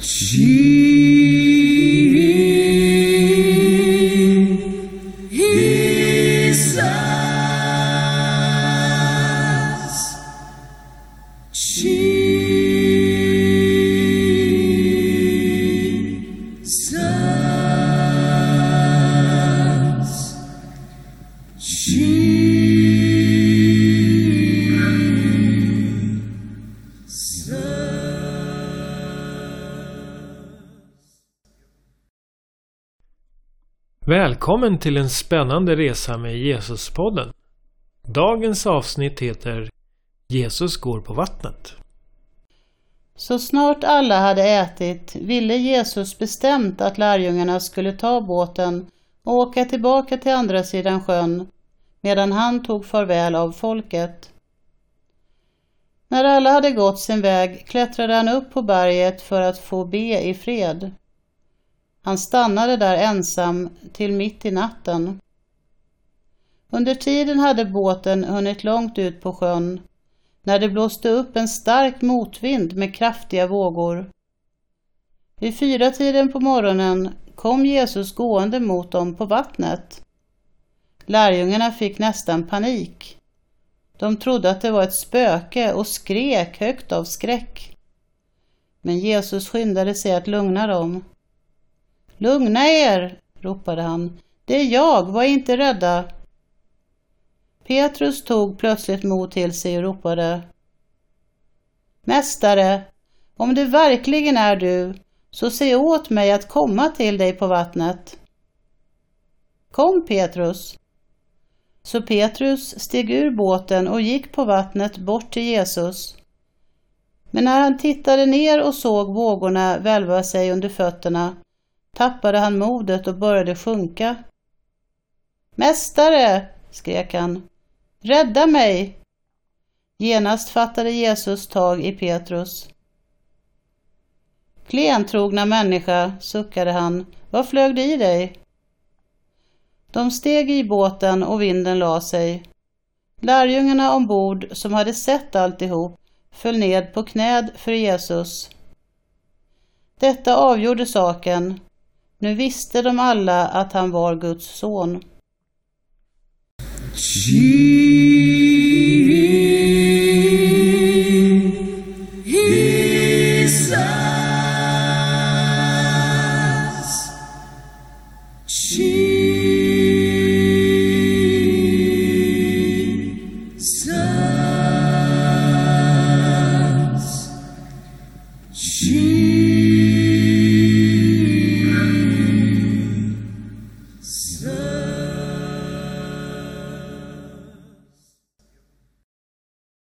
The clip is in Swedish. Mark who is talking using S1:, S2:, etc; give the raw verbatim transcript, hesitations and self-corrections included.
S1: Välkommen till en spännande resa med Jesus-podden. Dagens avsnitt heter Jesus går på vattnet.
S2: Så snart alla hade ätit ville Jesus bestämt att lärjungarna skulle ta båten och åka tillbaka till andra sidan sjön, medan han tog farväl av folket. När alla hade gått sin väg klättrade han upp på berget för att få be i fred. Han stannade där ensam till mitt i natten. Under tiden hade båten hunnit långt ut på sjön, när det blåste upp en stark motvind med kraftiga vågor. Vid fyra tiden på morgonen kom Jesus gående mot dem på vattnet. Lärjungarna fick nästan panik. De trodde att det var ett spöke och skrek högt av skräck. Men Jesus skyndade sig att lugna dem. Lugna er, ropade han. Det är jag, var inte rädda. Petrus tog plötsligt mod till sig och ropade. Mästare, om det verkligen är du, så säg åt mig att komma till dig på vattnet. Kom, Petrus. Så Petrus steg ur båten och gick på vattnet bort till Jesus. Men när han tittade ner och såg vågorna välva sig under fötterna, tappade han modet och började sjunka. Mästare, skrek han, rädda mig! Genast fattade Jesus tag i Petrus. Klentrogna människa, suckade han, vad flög det i dig? De steg i båten och vinden la sig. Lärjungarna ombord, som hade sett alltihop, föll ned på knäd för Jesus. Detta avgjorde saken. Nu visste de alla att han var Guds son.
S3: So